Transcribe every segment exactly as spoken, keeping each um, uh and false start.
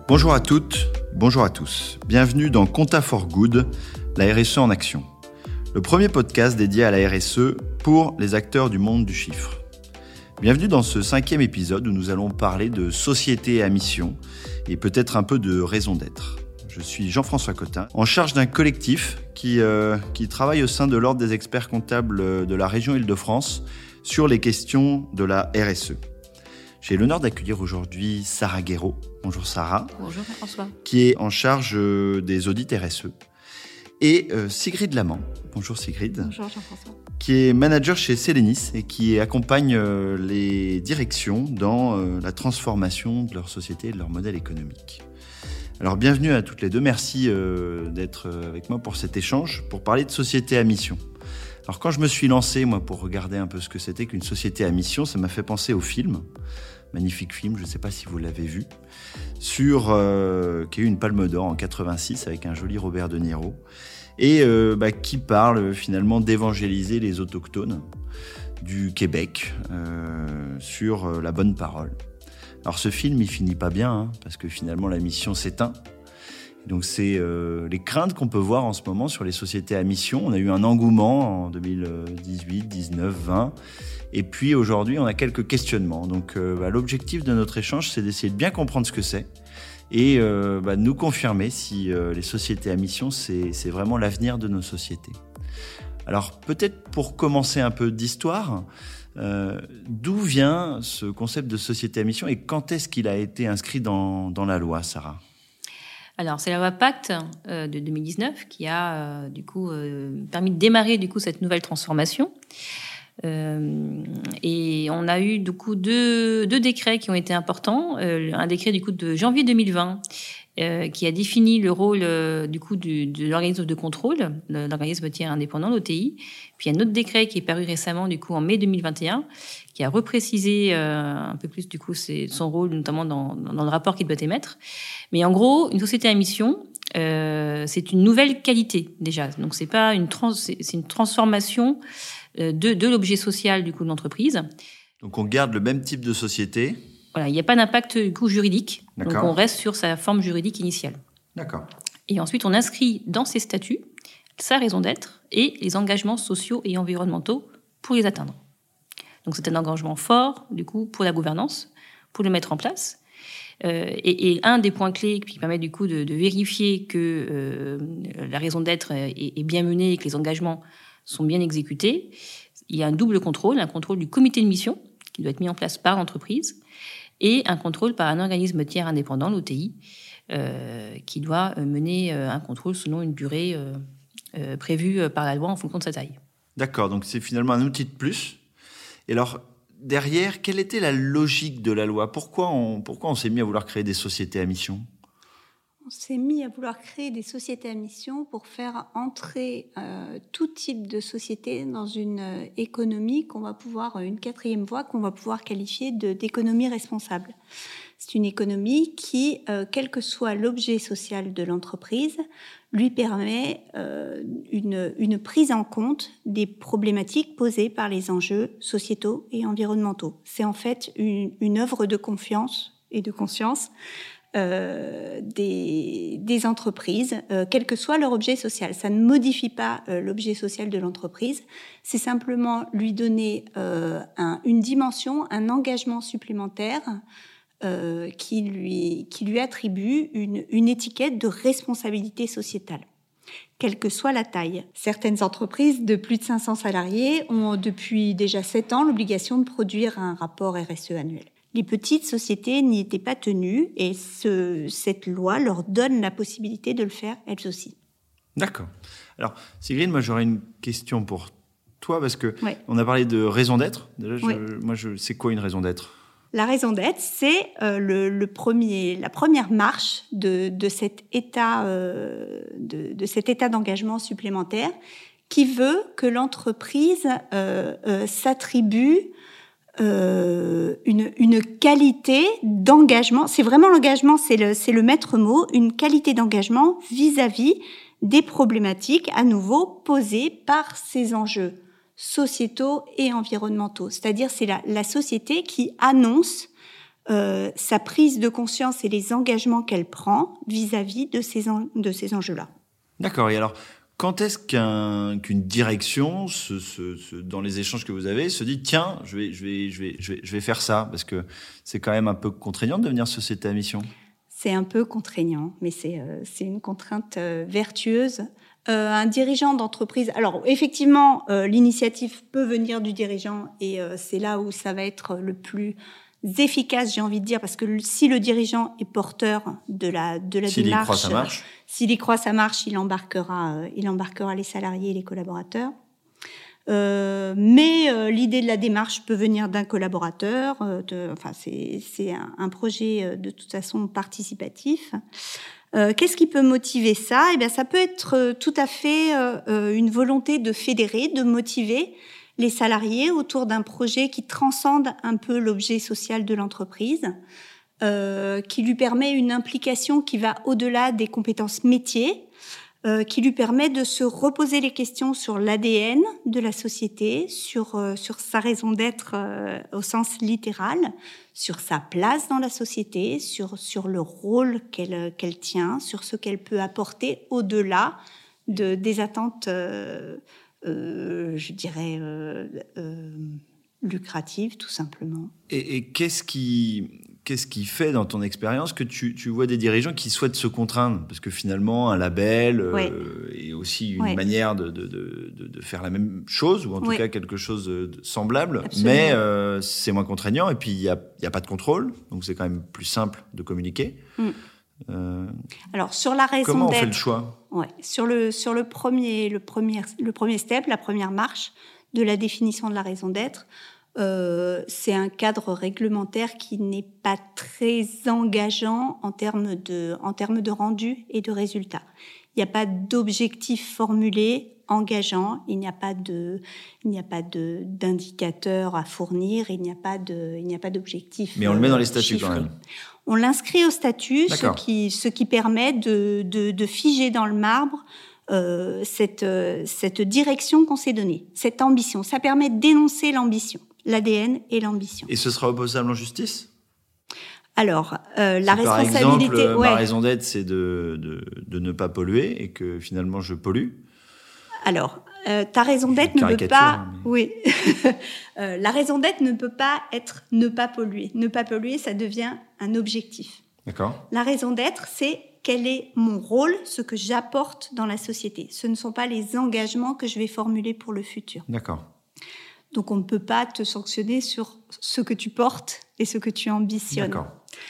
Bonjour à toutes, bonjour à tous. Bienvenue dans Compta for Good, la R S E en action. Le premier podcast dédié à la R S E pour les acteurs du monde du chiffre. Bienvenue dans ce cinquième épisode où nous allons parler de société à mission et peut-être un peu de raison d'être. Je suis Jean-François Cotin, en charge d'un collectif qui, euh, qui travaille au sein de l'Ordre des experts comptables de la région Île-de-France sur les questions de la R S E. J'ai l'honneur d'accueillir aujourd'hui Sarah Guéraud. Bonjour Sarah. Bonjour Jean-François. Qui est en charge des audits R S E. Et euh, Sigrid Lamant. Bonjour Sigrid. Bonjour Jean-François. Qui est manager chez Celenis et qui accompagne euh, les directions dans euh, la transformation de leur société et de leur modèle économique. Alors bienvenue à toutes les deux. Merci euh, d'être avec moi pour cet échange, pour parler de société à mission. Alors quand je me suis lancé, moi, pour regarder un peu ce que c'était qu'une société à mission, ça m'a fait penser au film, magnifique film, je ne sais pas si vous l'avez vu, sur euh, qui a eu une Palme d'Or en quatre-vingt-six avec un joli Robert De Niro, et euh, bah, qui parle finalement d'évangéliser les autochtones du Québec euh, sur euh, la bonne parole. Alors ce film, il finit pas bien, hein, parce que finalement la mission s'éteint. Donc c'est euh, les craintes qu'on peut voir en ce moment sur les sociétés à mission. On a eu un engouement en deux mille dix-huit, dix-neuf, vingt. Et puis aujourd'hui, on a quelques questionnements. Donc euh, bah, l'objectif de notre échange, c'est d'essayer de bien comprendre ce que c'est et euh, bah, de nous confirmer si euh, les sociétés à mission, c'est, c'est vraiment l'avenir de nos sociétés. Alors peut-être pour commencer un peu d'histoire, euh, d'où vient ce concept de société à mission et quand est-ce qu'il a été inscrit dans, dans la loi, Sarah ? Alors, c'est la loi Pacte euh, de deux mille dix-neuf qui a euh, du coup euh, permis de démarrer du coup cette nouvelle transformation. Euh, et on a eu du coup deux, deux décrets qui ont été importants. Euh, un décret du coup de janvier deux mille vingt euh, qui a défini le rôle euh, du coup du, de l'organisme de contrôle, l'organisme tiers indépendant, l'O T I. Puis un autre décret qui est paru récemment du coup en mai deux mille vingt et un qui a reprécisé euh, un peu plus du coup c'est son rôle notamment dans, dans le rapport qu'il doit émettre. Mais en gros, une société à mission, euh, c'est une nouvelle qualité déjà. Donc c'est pas une trans, c'est, c'est une transformation euh, de, de l'objet social du coup de l'entreprise. Donc on garde le même type de société. Voilà, il n'y a pas d'impact du coup juridique. D'accord. Donc on reste sur sa forme juridique initiale. D'accord. Et ensuite on inscrit dans ses statuts sa raison d'être et les engagements sociaux et environnementaux pour les atteindre. Donc c'est un engagement fort du coup pour la gouvernance, pour le mettre en place. Euh, et, et un des points clés qui permet du coup de, de vérifier que euh, la raison d'être est, est bien menée et que les engagements sont bien exécutés, il y a un double contrôle, un contrôle du comité de mission qui doit être mis en place par l'entreprise et un contrôle par un organisme tiers indépendant, l'O T I, euh, qui doit mener euh, un contrôle selon une durée euh, euh, prévue par la loi en fonction de sa taille. D'accord, donc c'est finalement un outil de plus. Et alors, derrière, quelle était la logique de la loi ? Pourquoi on, pourquoi on s'est mis à vouloir créer des sociétés à mission ? On s'est mis à vouloir créer des sociétés à mission pour faire entrer euh, tout type de société dans une euh, économie qu'on va pouvoir, une quatrième voie qu'on va pouvoir qualifier de, d'économie responsable. C'est une économie qui, euh, quel que soit l'objet social de l'entreprise, lui permet euh, une, une prise en compte des problématiques posées par les enjeux sociétaux et environnementaux. C'est en fait une, une œuvre de confiance et de conscience euh, des, des entreprises, euh, quel que soit leur objet social. Ça ne modifie pas euh, l'objet social de l'entreprise, c'est simplement lui donner euh, un, une dimension, un engagement supplémentaire Euh, qui lui, qui lui attribue une, une étiquette de responsabilité sociétale, quelle que soit la taille. Certaines entreprises de plus de cinq cents salariés ont depuis déjà sept ans l'obligation de produire un rapport R S E annuel. Les petites sociétés n'y étaient pas tenues et ce, cette loi leur donne la possibilité de le faire elles aussi. D'accord. Alors, Sigrid, moi j'aurais une question pour toi parce que ouais. on a parlé de raison d'être. Déjà, je, ouais. moi, je, c'est quoi une raison d'être ? La raison d'être, c'est euh, le, le premier, la première marche de, de cet état, euh, de, de cet état d'engagement supplémentaire, qui veut que l'entreprise euh, euh, s'attribue euh, une, une qualité d'engagement. C'est vraiment l'engagement, c'est le, c'est le maître mot, une qualité d'engagement vis-à-vis des problématiques à nouveau posées par ces enjeux sociétaux et environnementaux. C'est-à-dire c'est la, la société qui annonce euh, sa prise de conscience et les engagements qu'elle prend vis-à-vis de ces, en, de ces enjeux-là. D'accord. Et alors, quand est-ce qu'un, qu'une direction, se, se, se, dans les échanges que vous avez, se dit tiens, je vais, je vais, je vais, je vais, je vais faire ça, parce que c'est quand même un peu contraignant de devenir société à mission. C'est un peu contraignant, mais c'est, euh, c'est une contrainte euh, vertueuse. Euh, un dirigeant d'entreprise, alors effectivement, euh, l'initiative peut venir du dirigeant et euh, c'est là où ça va être le plus efficace, j'ai envie de dire, parce que le, si le dirigeant est porteur de la de la s'il démarche, y croit, ça marche. S'il y croit, ça marche. Il embarquera, euh, il embarquera les salariés et les collaborateurs. Euh, mais euh, l'idée de la démarche peut venir d'un collaborateur. Euh, de, enfin, c'est, c'est un, un projet euh, de toute façon participatif. Euh, qu'est-ce qui peut motiver ça ? Eh bien, ça peut être euh, tout à fait euh, une volonté de fédérer, de motiver les salariés autour d'un projet qui transcende un peu l'objet social de l'entreprise, euh, qui lui permet une implication qui va au-delà des compétences métiers, Euh, qui lui permet de se reposer les questions sur l'A D N de la société, sur euh, sur sa raison d'être euh, au sens littéral, sur sa place dans la société, sur sur le rôle qu'elle qu'elle tient, sur ce qu'elle peut apporter au-delà de des attentes, euh, euh, je dirais euh, euh, lucratives, tout simplement. Et, et qu'est-ce qui Qu'est-ce qui fait, dans ton expérience, que tu, tu vois des dirigeants qui souhaitent se contraindre ? Parce que finalement, un label ouais. euh, est aussi une ouais. manière de, de, de, de faire la même chose, ou en tout ouais. cas quelque chose de semblable, Absolument. mais euh, c'est moins contraignant, et puis il n'y a, y a pas de contrôle, donc c'est quand même plus simple de communiquer. Mm. Euh, Alors, sur la raison comment on d'être, fait le choix ? Ouais, sur le, sur le, premier, le, premier, le premier step, la première marche de la définition de la raison d'être, Euh, c'est un cadre réglementaire qui n'est pas très engageant en termes de, en termes de rendu et de résultats. Il n'y a pas d'objectif formulé engageant, il n'y a pas de, il n'y a pas de, d'indicateur à fournir, il n'y a pas de, il n'y a pas d'objectif. Mais on le met dans les statuts chiffré. quand même. On l'inscrit au statut, ce qui, ce qui permet de, de, de figer dans le marbre euh, cette, euh, cette direction qu'on s'est donnée, cette ambition. Ça permet d'énoncer l'ambition. L'A D N et l'ambition. Et ce sera opposable en justice ? Alors, euh, la si responsabilité... Par exemple, ouais. ma raison d'être, c'est de, de, de ne pas polluer et que finalement je pollue. Alors, euh, ta raison d'être ne peut pas... Mais... Oui. euh, la raison d'être ne peut pas être ne pas polluer. Ne pas polluer, ça devient un objectif. D'accord. La raison d'être, c'est quel est mon rôle, ce que j'apporte dans la société. Ce ne sont pas les engagements que je vais formuler pour le futur. D'accord. Donc, on ne peut pas te sanctionner sur ce que tu portes et ce que tu ambitionnes. D'accord.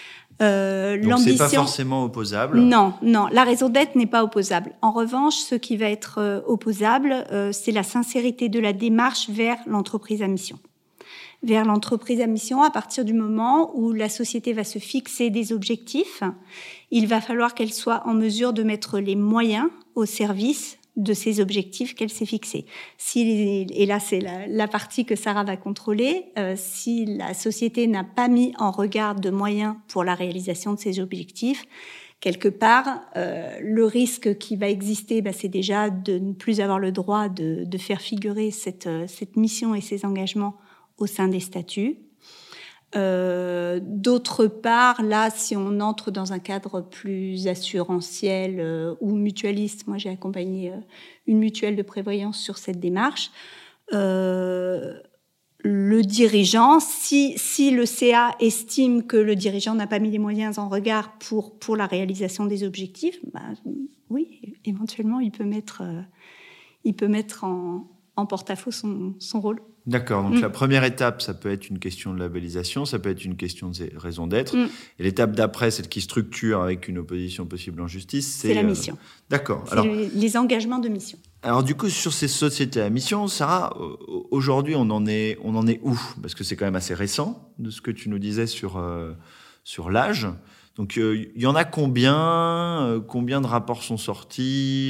Euh, Donc, l'ambition... c'est pas forcément opposable ? Non, non. La raison d'être n'est pas opposable. En revanche, ce qui va être euh, opposable, euh, c'est la sincérité de la démarche vers l'entreprise à mission. Vers l'entreprise à mission, à partir du moment où la société va se fixer des objectifs, il va falloir qu'elle soit en mesure de mettre les moyens au service de ces objectifs qu'elle s'est fixés. Si, et là, c'est la, la partie que Sarah va contrôler, euh, si la société n'a pas mis en regard de moyens pour la réalisation de ces objectifs, quelque part, euh, le risque qui va exister, bah, c'est déjà de ne plus avoir le droit de, de faire figurer cette, cette mission et ces engagements au sein des statuts. Euh, d'autre part, là, si on entre dans un cadre plus assurantiel euh, ou mutualiste, moi j'ai accompagné euh, une mutuelle de prévoyance sur cette démarche, euh, le dirigeant, si, si le C A estime que le dirigeant n'a pas mis les moyens en regard pour, pour la réalisation des objectifs, bah, oui, éventuellement, il peut mettre, euh, il peut mettre en, en porte-à-faux son, son rôle. D'accord, donc mmh. la première étape, ça peut être une question de labellisation, ça peut être une question de raison d'être. Mmh. Et l'étape d'après, celle qui structure avec une opposition possible en justice, c'est... C'est la mission. Euh... D'accord. C'est alors, le, les engagements de mission. Alors du coup, sur ces sociétés à mission, Sarah, aujourd'hui, on en est, on en est où ? Parce que c'est quand même assez récent, de ce que tu nous disais sur, euh, sur l'âge. Donc, il euh, y en a combien ? euh, Combien de rapports sont sortis ?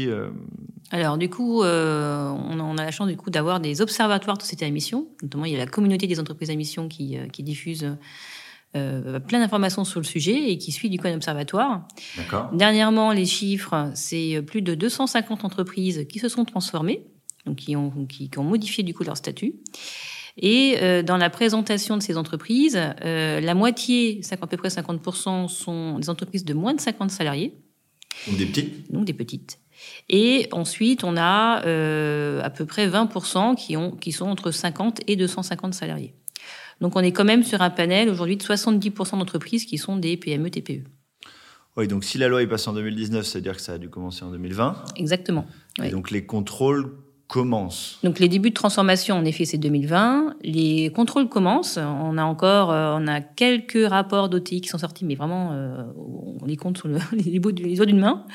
euh... Alors, du coup, euh, on, a, on a la chance du coup d'avoir des observatoires de sociétés à mission. Notamment, il y a la communauté des entreprises à mission qui, euh, qui diffuse euh, plein d'informations sur le sujet et qui suit du coup un observatoire. D'accord. Dernièrement, les chiffres, c'est plus de deux cent cinquante entreprises qui se sont transformées, donc qui ont, qui, qui ont modifié du coup leur statut. Et euh, dans la présentation de ces entreprises, euh, la moitié, à peu près cinquante pour cent, sont des entreprises de moins de cinquante salariés. Donc des petites. Donc des petites. Et ensuite, on a euh, à peu près vingt pour cent qui, ont, qui sont entre cinquante et deux cent cinquante salariés. Donc on est quand même sur un panel aujourd'hui de soixante-dix pour cent d'entreprises qui sont des P M E T P E. Oui, donc si la loi est passée en deux mille dix-neuf, ça veut dire que ça a dû commencer en deux mille vingt. Exactement. Et Oui. donc les contrôles commencent. Donc les débuts de transformation, en effet, c'est deux mille vingt. Les contrôles commencent. On a encore, euh, on a quelques rapports d'O T I qui sont sortis, mais vraiment, euh, on les compte sur le, les, bouts, les doigts d'une main.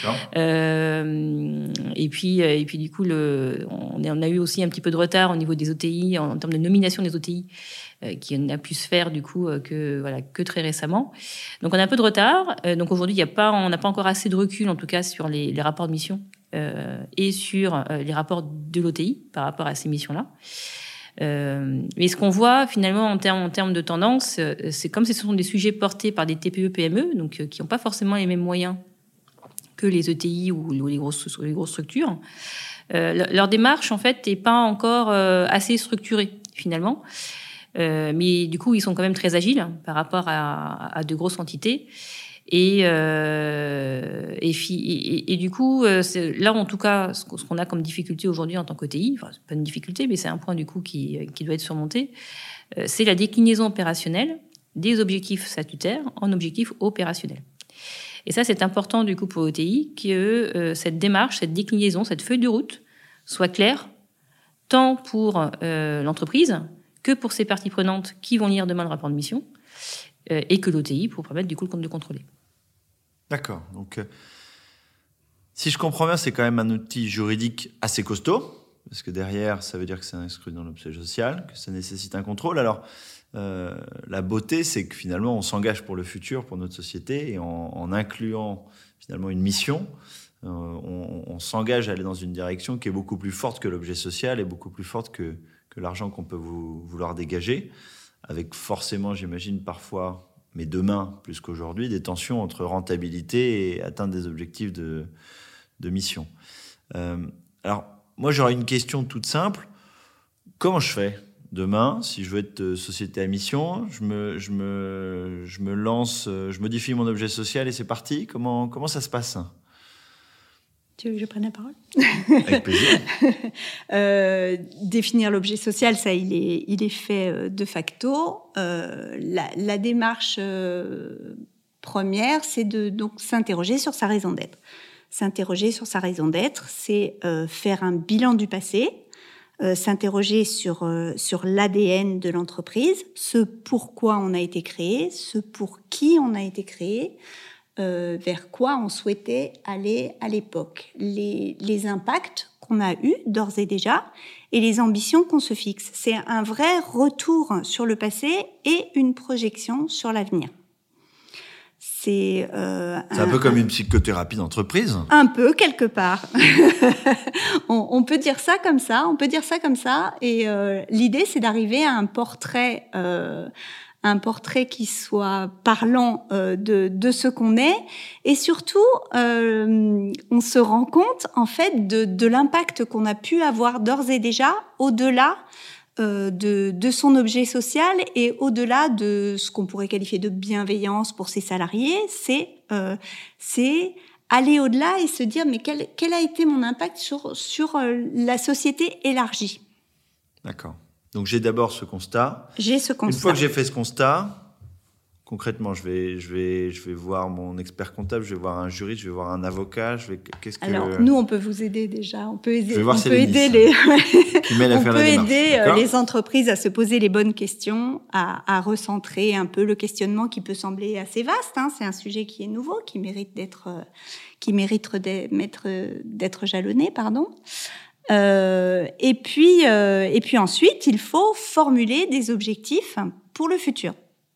Euh, et puis, et puis du coup, le, on, on a eu aussi un petit peu de retard au niveau des O T I en, en termes de nomination des O T I, euh, qui n'a pu se faire du coup euh, que voilà que très récemment. Donc on a un peu de retard. Euh, donc aujourd'hui, il y a pas, on n'a pas encore assez de recul, en tout cas, sur les, les rapports de mission. Euh, et sur euh, les rapports de l'O T I par rapport à ces missions-là. Euh, mais ce qu'on voit finalement en termes, en termes de tendance, euh, c'est comme ce sont des sujets portés par des T P E P M E, donc euh, qui n'ont pas forcément les mêmes moyens que les E T I ou, ou les, grosses, les grosses structures. Euh, leur démarche en fait n'est pas encore euh, assez structurée finalement, euh, mais du coup ils sont quand même très agiles par rapport à, à de grosses entités. Et, euh, et, et, et du coup, c'est, là, en tout cas, ce qu'on a comme difficulté aujourd'hui en tant qu'O T I, enfin, c'est pas une difficulté, mais c'est un point du coup qui, qui doit être surmonté, euh, c'est la déclinaison opérationnelle des objectifs statutaires en objectifs opérationnels. Et ça, c'est important du coup pour l'O T I que euh, cette démarche, cette déclinaison, cette feuille de route soit claire, tant pour euh, l'entreprise que pour ses parties prenantes qui vont lire demain le rapport de mission, euh, et que l'O T I pour permettre du coup le compte de contrôler. D'accord. Donc, euh, si je comprends bien, c'est quand même un outil juridique assez costaud, parce que derrière, ça veut dire que c'est inscrit dans l'objet social, que ça nécessite un contrôle. Alors, euh, la beauté, c'est que finalement, on s'engage pour le futur, pour notre société, et en, en incluant finalement une mission, euh, on, on s'engage à aller dans une direction qui est beaucoup plus forte que l'objet social et beaucoup plus forte que, que l'argent qu'on peut vous, vouloir dégager, avec forcément, j'imagine, parfois... mais demain, plus qu'aujourd'hui, des tensions entre rentabilité et atteinte des objectifs de, de mission. Euh, alors, moi, j'aurais une question toute simple. Comment je fais demain, si je veux être société à mission, je me, je me, je me lance, je modifie mon objet social et c'est parti. Comment, comment ça se passe ? Tu veux que je prenne la parole ? Avec plaisir. euh, définir l'objet social, ça, il est, il est fait de facto. Euh, la, la démarche euh, première, c'est de donc s'interroger sur sa raison d'être. S'interroger sur sa raison d'être, c'est euh, faire un bilan du passé, euh, s'interroger sur euh, sur l'A D N de l'entreprise, ce pourquoi on a été créé, ce pour qui on a été créé. Euh, vers quoi on souhaitait aller à l'époque, les, les impacts qu'on a eus d'ores et déjà et les ambitions qu'on se fixe. C'est un vrai retour sur le passé et une projection sur l'avenir. C'est, euh, c'est un, un peu comme une psychothérapie d'entreprise. Un peu, quelque part. on, on peut dire ça comme ça, on peut dire ça comme ça. Et euh, l'idée, c'est d'arriver à un portrait... Euh, un portrait qui soit parlant euh, de, de ce qu'on est, et surtout, euh, on se rend compte en fait de, de l'impact qu'on a pu avoir d'ores et déjà au-delà euh, de, de son objet social et au-delà de ce qu'on pourrait qualifier de bienveillance pour ses salariés. C'est, euh, c'est aller au-delà et se dire mais quel, quel a été mon impact sur, sur euh, la société élargie. D'accord. Donc, j'ai d'abord ce constat. J'ai ce constat. Une fois que j'ai fait ce constat, concrètement, je vais, je vais, je vais voir mon expert comptable, je vais voir un juriste, je vais voir un avocat. Je vais, qu'est-ce que... Alors, nous, on peut vous aider déjà. On peut aider, je vais voir on peut aider les, qui m'aide à on faire peut la démarche. aider D'accord ? les entreprises à se poser les bonnes questions, à, à recentrer un peu le questionnement qui peut sembler assez vaste. Hein. C'est un sujet qui est nouveau, qui mérite d'être, qui mérite d'être, d'être jalonné, pardon. Euh, et puis, euh, et puis ensuite, il faut formuler des objectifs pour le futur.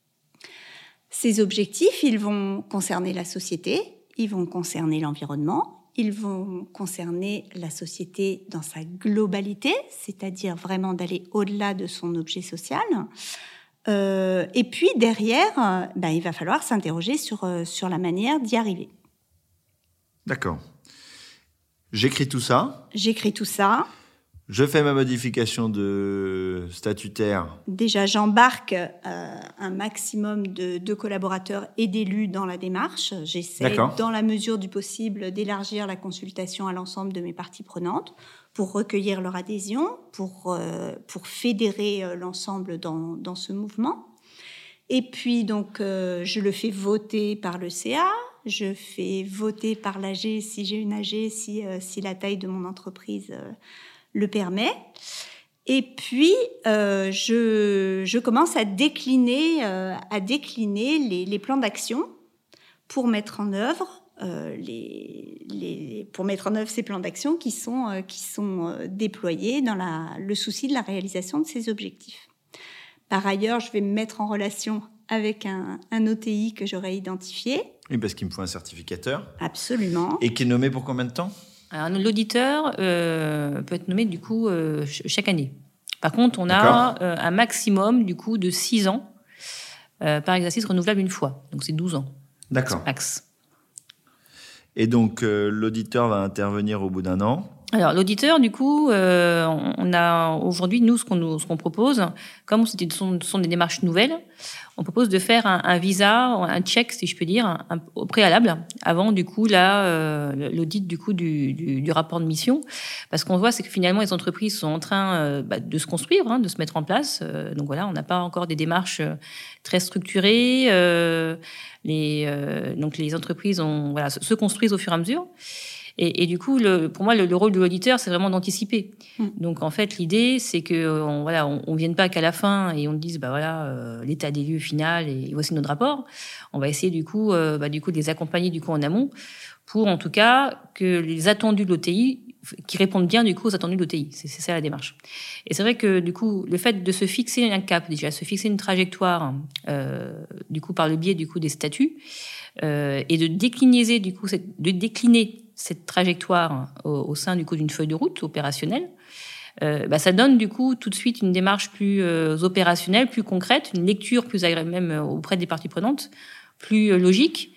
Ces objectifs, ils vont concerner la société, ils vont concerner l'environnement, ils vont concerner la société dans sa globalité, c'est-à-dire vraiment d'aller au-delà de son objet social. Euh, et puis derrière, ben, il va falloir s'interroger sur, sur la manière d'y arriver. D'accord. J'écris tout ça. J'écris tout ça. Je fais ma modification de statutaire. Déjà, j'embarque euh, un maximum de, de collaborateurs et d'élus dans la démarche. J'essaie, D'accord. dans la mesure du possible, d'élargir la consultation à l'ensemble de mes parties prenantes pour recueillir leur adhésion, pour, euh, pour fédérer euh, l'ensemble dans, dans ce mouvement. Et puis, donc, euh, je le fais voter par le C A, je fais voter par l'A G si j'ai une A G, si, euh, si la taille de mon entreprise euh, le permet. Et puis, euh, je, je commence à décliner, euh, à décliner les, les plans d'action pour mettre en œuvre, euh, les, les, pour mettre en œuvre ces plans d'action qui sont, euh, qui sont euh, déployés dans la, le souci de la réalisation de ces objectifs. Par ailleurs, je vais me mettre en relation avec un, un O T I que j'aurais identifié. Oui, parce qu'il me faut un certificateur. Absolument. Et qui est nommé pour combien de temps ? Alors, l'auditeur euh, peut être nommé du coup euh, chaque année. Par contre, on a euh, un maximum du coup de six ans euh, par exercice renouvelable une fois. Donc c'est douze ans. D'accord. Max. Et donc euh, l'auditeur va intervenir au bout d'un an. Alors l'auditeur, du coup, euh, on a aujourd'hui nous ce qu'on nous, ce qu'on propose, comme ce sont, sont des démarches nouvelles, on propose de faire un, un visa, un check, si je peux dire, un, un, au préalable, avant du coup là euh, l'audit du coup du, du, du rapport de mission, parce qu'on voit c'est que finalement les entreprises sont en train euh, bah, de se construire, hein, de se mettre en place. Euh, donc voilà, on n'a pas encore des démarches très structurées. Euh, les euh, donc les entreprises ont voilà se, se construisent au fur et à mesure. Et, et du coup, le, pour moi, le, le rôle de l'auditeur, c'est vraiment d'anticiper. Mmh. Donc, en fait, l'idée, c'est que on, voilà, on, on vienne pas qu'à la fin et on dise, bah voilà, euh, l'état des lieux final et voici notre rapport. On va essayer du coup, euh, bah, du coup, de les accompagner du coup en amont pour, en tout cas, que les attendus de l'O T I qui répondent bien du coup aux attendus de l'O T I. C'est, c'est ça la démarche. Et c'est vrai que du coup, le fait de se fixer un cap, déjà, se fixer une trajectoire, euh, du coup, par le biais du coup des statuts, euh, et de décliner du coup, cette, de décliner cette trajectoire au, au sein du coup d'une feuille de route opérationnelle, euh, bah, ça donne du coup tout de suite une démarche plus euh, opérationnelle, plus concrète, une lecture plus agréable même auprès des parties prenantes, plus euh, logique.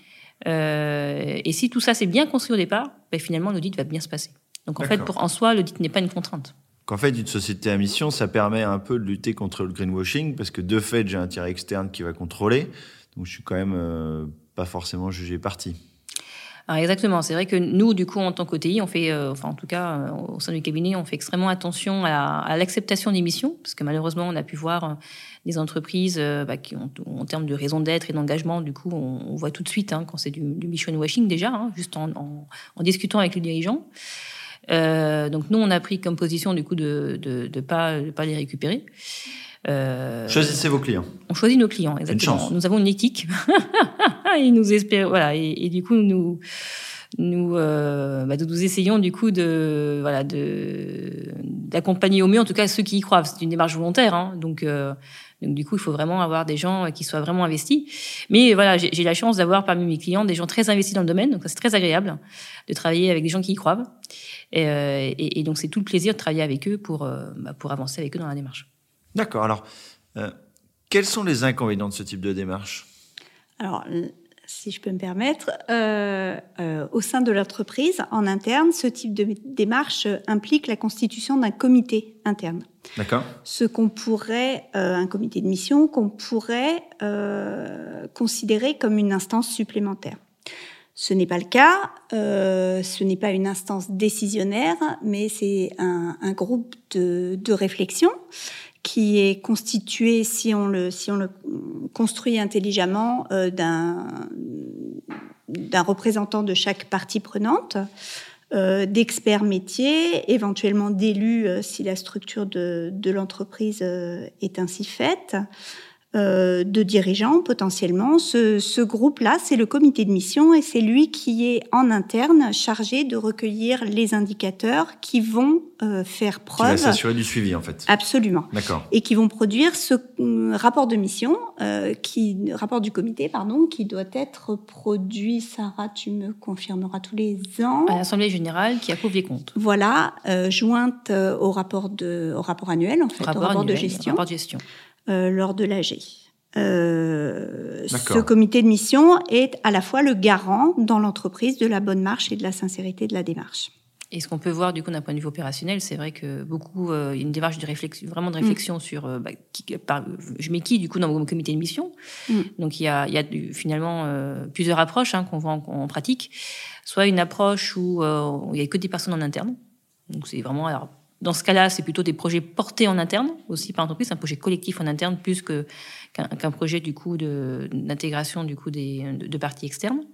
Euh, et si tout ça c'est bien construit au départ, bah, finalement l'audit va bien se passer. Donc en D'accord. fait, pour en soi, l'audit n'est pas une contrainte. Qu'en fait, une société à mission, ça permet un peu de lutter contre le greenwashing, parce que de fait, j'ai un tiers externe qui va contrôler, donc je suis quand même euh, pas forcément jugé parti. Alors exactement, c'est vrai que nous, du coup, en tant qu'O T I, on fait, euh, enfin en tout cas, euh, au sein du cabinet, on fait extrêmement attention à, la, à l'acceptation des missions, parce que malheureusement, on a pu voir euh, des entreprises euh, bah, qui ont, en termes de raison d'être et d'engagement, du coup, on, on voit tout de suite hein, quand c'est du, du mission washing déjà, hein, juste en, en, en discutant avec le dirigeant. Euh, donc nous, on a pris comme position du coup de de, de pas de pas les récupérer. Euh, Choisissez vos clients. On choisit nos clients, exactement. Une chance. Nous avons une éthique. et nous espérons, voilà, et, et du coup nous nous euh, bah, nous essayons du coup de voilà de d'accompagner au mieux, en tout cas ceux qui y croient. C'est une démarche volontaire, hein, donc. Euh, Donc du coup, il faut vraiment avoir des gens qui soient vraiment investis. Mais voilà, j'ai, j'ai la chance d'avoir parmi mes clients des gens très investis dans le domaine, donc ça, c'est très agréable de travailler avec des gens qui y croient. Et, euh, et, et donc c'est tout le plaisir de travailler avec eux pour euh, bah, pour avancer avec eux dans la démarche. D'accord. Alors, euh, quels sont les inconvénients de ce type de démarche ? Alors, si je peux me permettre, euh, euh, au sein de l'entreprise, en interne, ce type de démarche implique la constitution d'un comité interne. D'accord. Ce qu'on pourrait, euh, un comité de mission, qu'on pourrait euh, considérer comme une instance supplémentaire. Ce n'est pas le cas, euh, ce n'est pas une instance décisionnaire, mais c'est un, un groupe de, de réflexion qui est constitué, si on le, si on le construit intelligemment, euh, d'un, d'un représentant de chaque partie prenante, euh, d'experts métiers, éventuellement d'élus euh, si la structure de, de l'entreprise euh, est ainsi faite, euh, de dirigeants potentiellement. Ce, ce groupe-là, c'est le comité de mission et c'est lui qui est en interne chargé de recueillir les indicateurs qui vont euh, faire preuve... Qui va s'assurer du suivi en fait. Absolument. D'accord. Et qui vont produire ce euh, rapport de mission, euh, qui, rapport du comité, pardon, qui doit être produit, Sarah, tu me confirmeras, tous les ans. À l'Assemblée générale qui approuve les comptes. Voilà, euh, jointe euh, au rapport de, au rapport annuel en fait, rapport au rapport annuel, de gestion. Rapport de gestion. Euh, lors de l'A G. Euh, ce comité de mission est à la fois le garant dans l'entreprise de la bonne marche et de la sincérité de la démarche. Et ce qu'on peut voir du coup d'un point de vue opérationnel, c'est vrai que beaucoup, euh, il y a une démarche de réflexion, vraiment de réflexion mmh. sur, euh, bah, qui, par, je mets qui du coup dans mon comité de mission. Mmh. Donc il y a, il y a du, finalement euh, plusieurs approches hein, qu'on voit en, en pratique. Soit une approche où, euh, où il y a que des personnes en interne. Donc c'est vraiment, alors dans ce cas-là, c'est plutôt des projets portés en interne aussi par l'entreprise, un projet collectif en interne plus que qu'un, qu'un projet du coup de d'intégration du coup des de, de parties externes.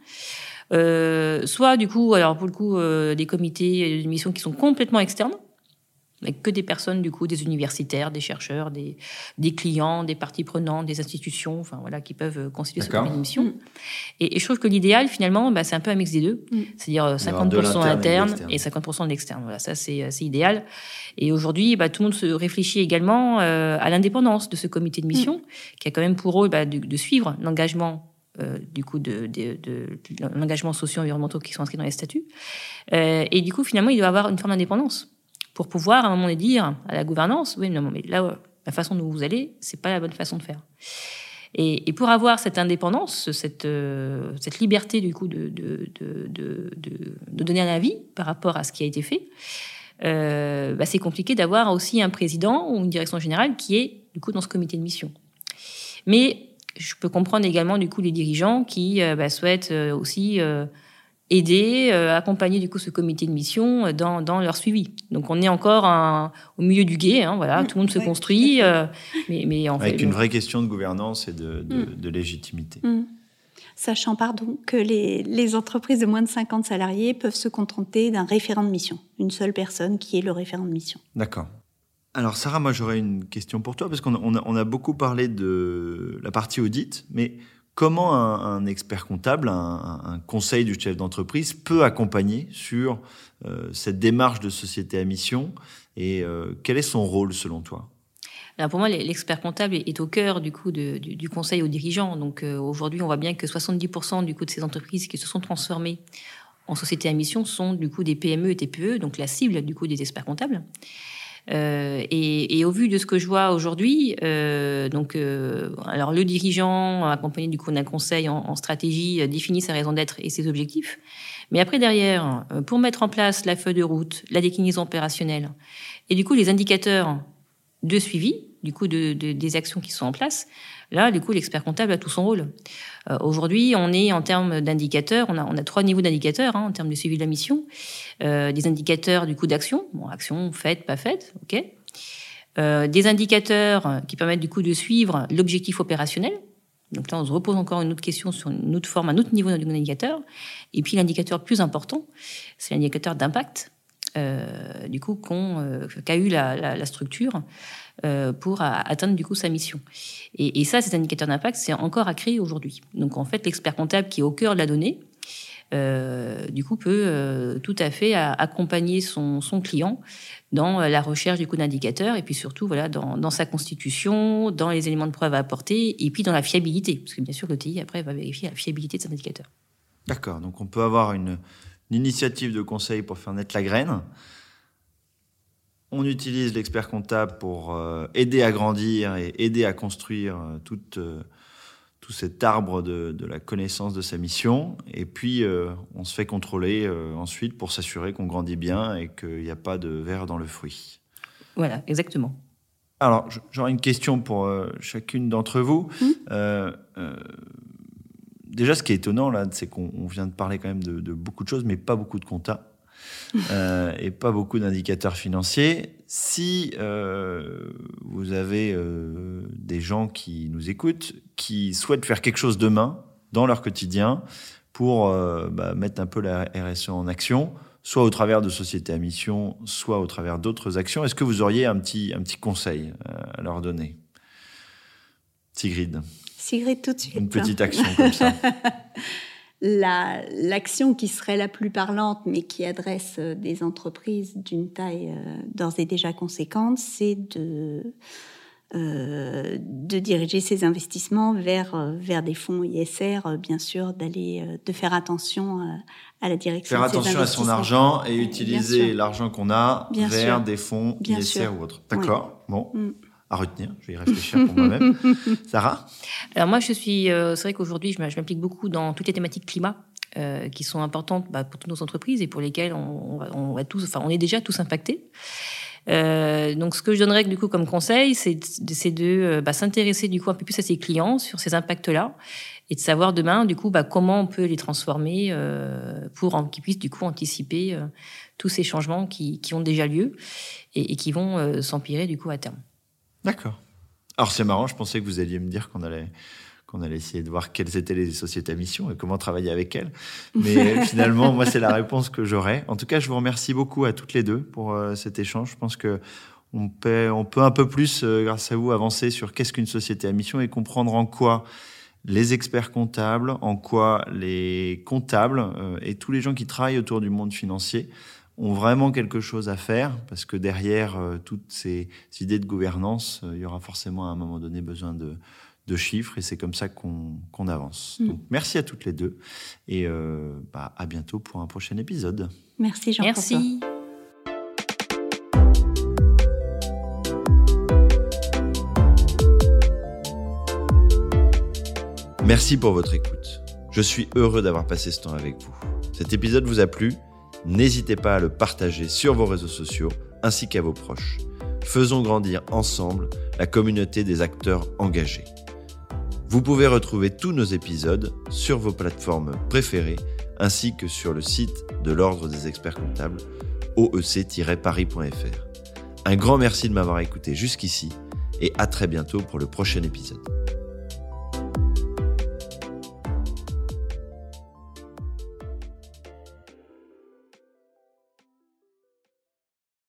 Euh, soit du coup, alors pour le coup, euh, des comités de mission qui sont complètement externes, avec que des personnes du coup, des universitaires, des chercheurs, des, des clients, des parties prenantes, des institutions, enfin voilà, qui peuvent constituer ce comité de mission. Mmh. Et, et je trouve que l'idéal, finalement, bah, c'est un peu un mix des deux, mmh. c'est-à-dire cinquante pour cent interne et, et cinquante pour cent de l'externe. Voilà, ça c'est, c'est idéal. Et aujourd'hui, bah, tout le monde se réfléchit également euh, à l'indépendance de ce comité de mission, mmh. qui a quand même pour rôle bah, de, de suivre l'engagement. Euh, du coup, de, de, de, de l'engagement socio-environnementaux qui sont inscrits dans les statuts. Euh, et du coup, finalement, il doit avoir une forme d'indépendance pour pouvoir, à un moment donné, dire à la gouvernance, oui, non, mais là, la façon dont vous allez, c'est pas la bonne façon de faire. Et, et pour avoir cette indépendance, cette, euh, cette liberté, du coup, de, de, de, de, de, de donner un avis par rapport à ce qui a été fait, euh, bah, c'est compliqué d'avoir aussi un président ou une direction générale qui est, du coup, dans ce comité de mission. Mais je peux comprendre également du coup les dirigeants qui euh, bah, souhaitent euh, aussi euh, aider, euh, accompagner du coup ce comité de mission dans, dans leur suivi. Donc on est encore un, au milieu du gué, hein, voilà, mmh, tout le monde se oui, construit, euh, mais, mais en avec fait, une donc... vraie question de gouvernance et de, de, mmh. de légitimité. Mmh. Sachant pardon que les, les entreprises de moins de cinquante salariés peuvent se contenter d'un référent de mission, une seule personne qui est le référent de mission. D'accord. Alors Sarah, moi j'aurais une question pour toi, parce qu'on a, on a, on a beaucoup parlé de la partie audit, mais comment un, un expert comptable, un, un conseil du chef d'entreprise peut accompagner sur euh, cette démarche de société à mission, et euh, quel est son rôle selon toi ? Alors pour moi, l'expert comptable est au cœur du coup de, du, du conseil aux dirigeants. Donc euh, aujourd'hui, on voit bien que soixante-dix pour cent du coup de ces entreprises qui se sont transformées en société à mission sont du coup des P M E et T P E, donc la cible du coup des experts comptables. Euh, et, et au vu de ce que je vois aujourd'hui, euh, donc, euh, alors le dirigeant, accompagné du coup d'un conseil en, en stratégie, euh, définit sa raison d'être et ses objectifs. Mais après, derrière, euh, pour mettre en place la feuille de route, la déclinaison opérationnelle, et du coup les indicateurs de suivi, du coup de, de, des actions qui sont en place, là, du coup, l'expert comptable a tout son rôle. Euh, aujourd'hui, on est en termes d'indicateurs, on a, on a trois niveaux d'indicateurs hein, en termes de suivi de la mission. Euh, des indicateurs du coup d'action, bon, action faite, pas faite, ok. Euh, des indicateurs qui permettent du coup de suivre l'objectif opérationnel. Donc là, on se repose encore une autre question sur une autre forme, un autre niveau d'indicateur. Et puis l'indicateur le plus important, c'est l'indicateur d'impact, euh, du coup, qu'on, euh, qu'a eu la, la, la structure. Euh, pour a, atteindre du coup sa mission. Et, et ça, cet indicateur d'impact, c'est encore à créer aujourd'hui. Donc en fait, l'expert comptable qui est au cœur de la donnée, euh, du coup, peut euh, tout à fait à, accompagner son, son client dans la recherche du coup d'indicateurs et puis surtout voilà dans, dans sa constitution, dans les éléments de preuve à apporter et puis dans la fiabilité, parce que bien sûr, l'O T I après va vérifier la fiabilité de cet indicateur. D'accord. Donc on peut avoir une, une initiative de conseil pour faire naître la graine. On utilise l'expert comptable pour euh, aider à grandir et aider à construire euh, tout, euh, tout cet arbre de, de la connaissance de sa mission. Et puis, euh, on se fait contrôler euh, ensuite pour s'assurer qu'on grandit bien et qu'il n'y a pas de verre dans le fruit. Voilà, exactement. Alors, j'aurais une question pour euh, chacune d'entre vous. Mmh. Euh, euh, déjà, ce qui est étonnant, là, c'est qu'on on vient de parler quand même de, de beaucoup de choses, mais pas beaucoup de compta. Euh, et pas beaucoup d'indicateurs financiers. Si euh, vous avez euh, des gens qui nous écoutent, qui souhaitent faire quelque chose demain dans leur quotidien pour euh, bah, mettre un peu la R S E en action, soit au travers de sociétés à mission, soit au travers d'autres actions, est-ce que vous auriez un petit, un petit conseil à leur donner ? Sigrid. Sigrid, tout de suite. Une petite action comme ça. La, l'action qui serait la plus parlante, mais qui adresse des entreprises d'une taille euh, d'ores et déjà conséquente, c'est de, euh, de diriger ces investissements vers, vers des fonds I S R, bien sûr, d'aller, de faire attention à la direction faire de ces investissements. Faire attention à son argent et utiliser l'argent qu'on a bien vers sûr. Des fonds bien I S R sûr. Ou autres. D'accord, oui. Bon. Mm. À retenir, je vais y réfléchir pour moi-même. Sarah ? Alors moi, je suis, euh, c'est vrai qu'aujourd'hui, je m'implique beaucoup dans toutes les thématiques climat euh, qui sont importantes bah, pour toutes nos entreprises et pour lesquelles on, on, va, on, va tous, enfin, on est déjà tous impactés. Euh, donc, ce que je donnerais du coup comme conseil, c'est, c'est de bah, s'intéresser du coup un peu plus à ses clients sur ces impacts-là et de savoir demain du coup bah, comment on peut les transformer euh, pour en, qu'ils puissent du coup anticiper euh, tous ces changements qui, qui ont déjà lieu et, et qui vont euh, s'empirer du coup à terme. D'accord. Alors c'est marrant, je pensais que vous alliez me dire qu'on allait qu'on allait essayer de voir quelles étaient les sociétés à mission et comment travailler avec elles. Mais finalement, moi, c'est la réponse que j'aurais. En tout cas, je vous remercie beaucoup à toutes les deux pour euh, cet échange. Je pense que on peut, on peut un peu plus, euh, grâce à vous, avancer sur qu'est-ce qu'une société à mission et comprendre en quoi les experts comptables, en quoi les comptables euh, et tous les gens qui travaillent autour du monde financier ont vraiment quelque chose à faire, parce que derrière euh, toutes ces idées de gouvernance, euh, il y aura forcément à un moment donné besoin de de chiffres, et c'est comme ça qu'on, qu'on avance. Mmh. Donc, merci à toutes les deux, et euh, bah, à bientôt pour un prochain épisode. Merci Jean-François. Merci. Merci pour votre écoute. Je suis heureux d'avoir passé ce temps avec vous. Cet épisode vous a plu ? N'hésitez pas à le partager sur vos réseaux sociaux ainsi qu'à vos proches. Faisons grandir ensemble la communauté des acteurs engagés. Vous pouvez retrouver tous nos épisodes sur vos plateformes préférées ainsi que sur le site de l'Ordre des experts comptables, o e c tiret paris point f r. Un grand merci de m'avoir écouté jusqu'ici et à très bientôt pour le prochain épisode.